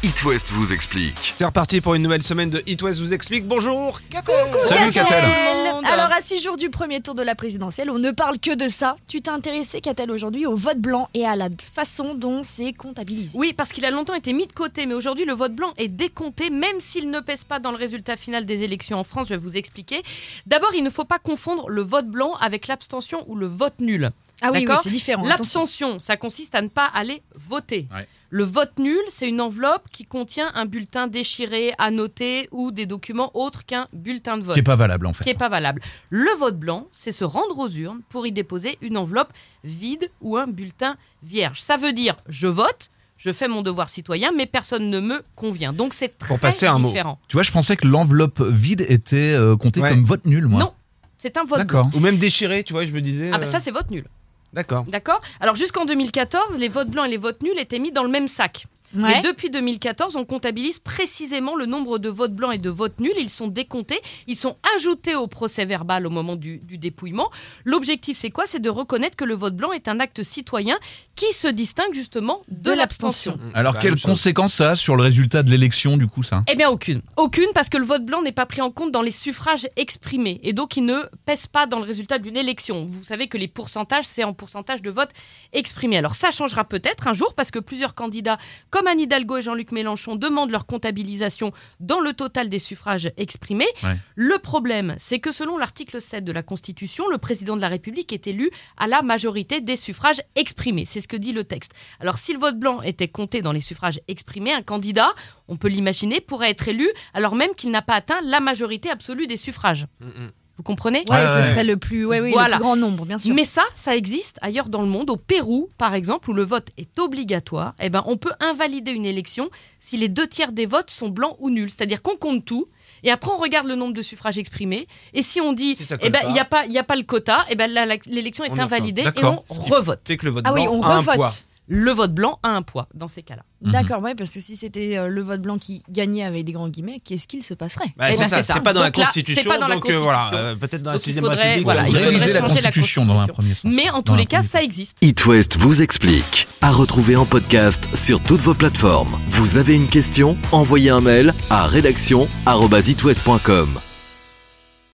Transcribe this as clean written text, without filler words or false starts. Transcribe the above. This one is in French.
It West vous explique. C'est reparti pour une nouvelle semaine de It West vous explique. Bonjour Catel. Salut Catel. monde. Alors à 6 jours du premier tour de la présidentielle, on ne parle que de ça. Tu t'es intéressé, Catel, aujourd'hui au vote blanc et à la façon dont c'est comptabilisé. Oui, parce qu'il a longtemps été mis de côté, mais aujourd'hui le vote blanc est décompté, même s'il ne pèse pas dans le résultat final des élections en France. Je vais vous expliquer. D'abord, il ne faut pas confondre le vote blanc avec l'abstention ou le vote nul. Ah oui, D'accord ? c'est différent. L'abstention, ça consiste à ne pas aller voter. Ouais. Le vote nul, c'est une enveloppe qui contient un bulletin déchiré, annoté ou des documents autres qu'un bulletin de vote. Qui n'est pas valable en fait. Qui n'est pas valable. Le vote blanc, c'est se rendre aux urnes pour y déposer une enveloppe vide ou un bulletin vierge. Ça veut dire, je vote, je fais mon devoir citoyen, mais personne ne me convient. Donc c'est très passer un mot. différent. Tu vois, je pensais que l'enveloppe vide était comptée Ouais. comme vote nul, moi. Non, c'est un vote D'accord. blanc. Ou même déchiré, tu vois, je me disais. Ah bah ça, c'est vote nul. D'accord. D'accord ? Alors jusqu'en 2014, les votes blancs et les votes nuls étaient mis dans le même sac. Ouais. Mais depuis 2014, on comptabilise précisément le nombre de votes blancs et de votes nuls. Ils sont décomptés, ils sont ajoutés au procès verbal au moment du dépouillement. L'objectif, c'est quoi ? C'est de reconnaître que le vote blanc est un acte citoyen qui se distingue justement de l'abstention. Alors, C'est la quelles même chose. conséquences ça a sur le résultat de l'élection, du coup, ça ? Eh bien, aucune. Aucune, parce que le vote blanc n'est pas pris en compte dans les suffrages exprimés. Et donc, il ne pèse pas dans le résultat d'une élection. Vous savez que les pourcentages, c'est en pourcentage de votes exprimés. Alors, ça changera peut-être un jour, parce que plusieurs candidats, comme Anne Hidalgo et Jean-Luc Mélenchon, demandent leur comptabilisation dans le total des suffrages exprimés. Ouais. Le problème, c'est que selon l'article 7 de la Constitution, le président de la République est élu à la majorité des suffrages exprimés. C'est ce que dit le texte. Alors, si le vote blanc était compté dans les suffrages exprimés, un candidat, on peut l'imaginer, pourrait être élu alors même qu'il n'a pas atteint la majorité absolue des suffrages. Vous comprenez ? Ouais, Ouais, ce ouais. serait le plus, le Voilà. plus grand nombre, bien sûr. Mais ça existe ailleurs dans le monde. Au Pérou, par exemple, où le vote est obligatoire, eh ben, on peut invalider une élection si les 2/3 des votes sont blancs ou nuls. C'est-à-dire qu'on compte tout. Et après, on regarde le nombre de suffrages exprimés. Et si on dit, Si ça colle eh ben, pas. il n'y a pas le quota, eh ben, l'élection On est y invalidée et D'accord. on revote. C'est que le vote Ah oui, blanc on a un poids. revote. Le vote blanc a un poids dans ces cas-là. D'accord, ouais, parce que si c'était le vote blanc qui gagnait avec des grands guillemets, qu'est-ce qu'il se passerait ? Bah, Eh c'est ben, ça, c'est ça. c'est pas dans la Donc là, Constitution. c'est pas dans la donc voilà, Constitution. peut-être dans la Donc, il 6ème faudrait- République. voilà, on il va faudrait Réviser la changer la Constitution dans un Constitution. premier sens. Mais en Dans tous un les cas, premier ça temps. existe. It West vous explique. À retrouver en podcast sur toutes vos plateformes. Vous avez une question ? Envoyez un mail à rédaction@itwest.com.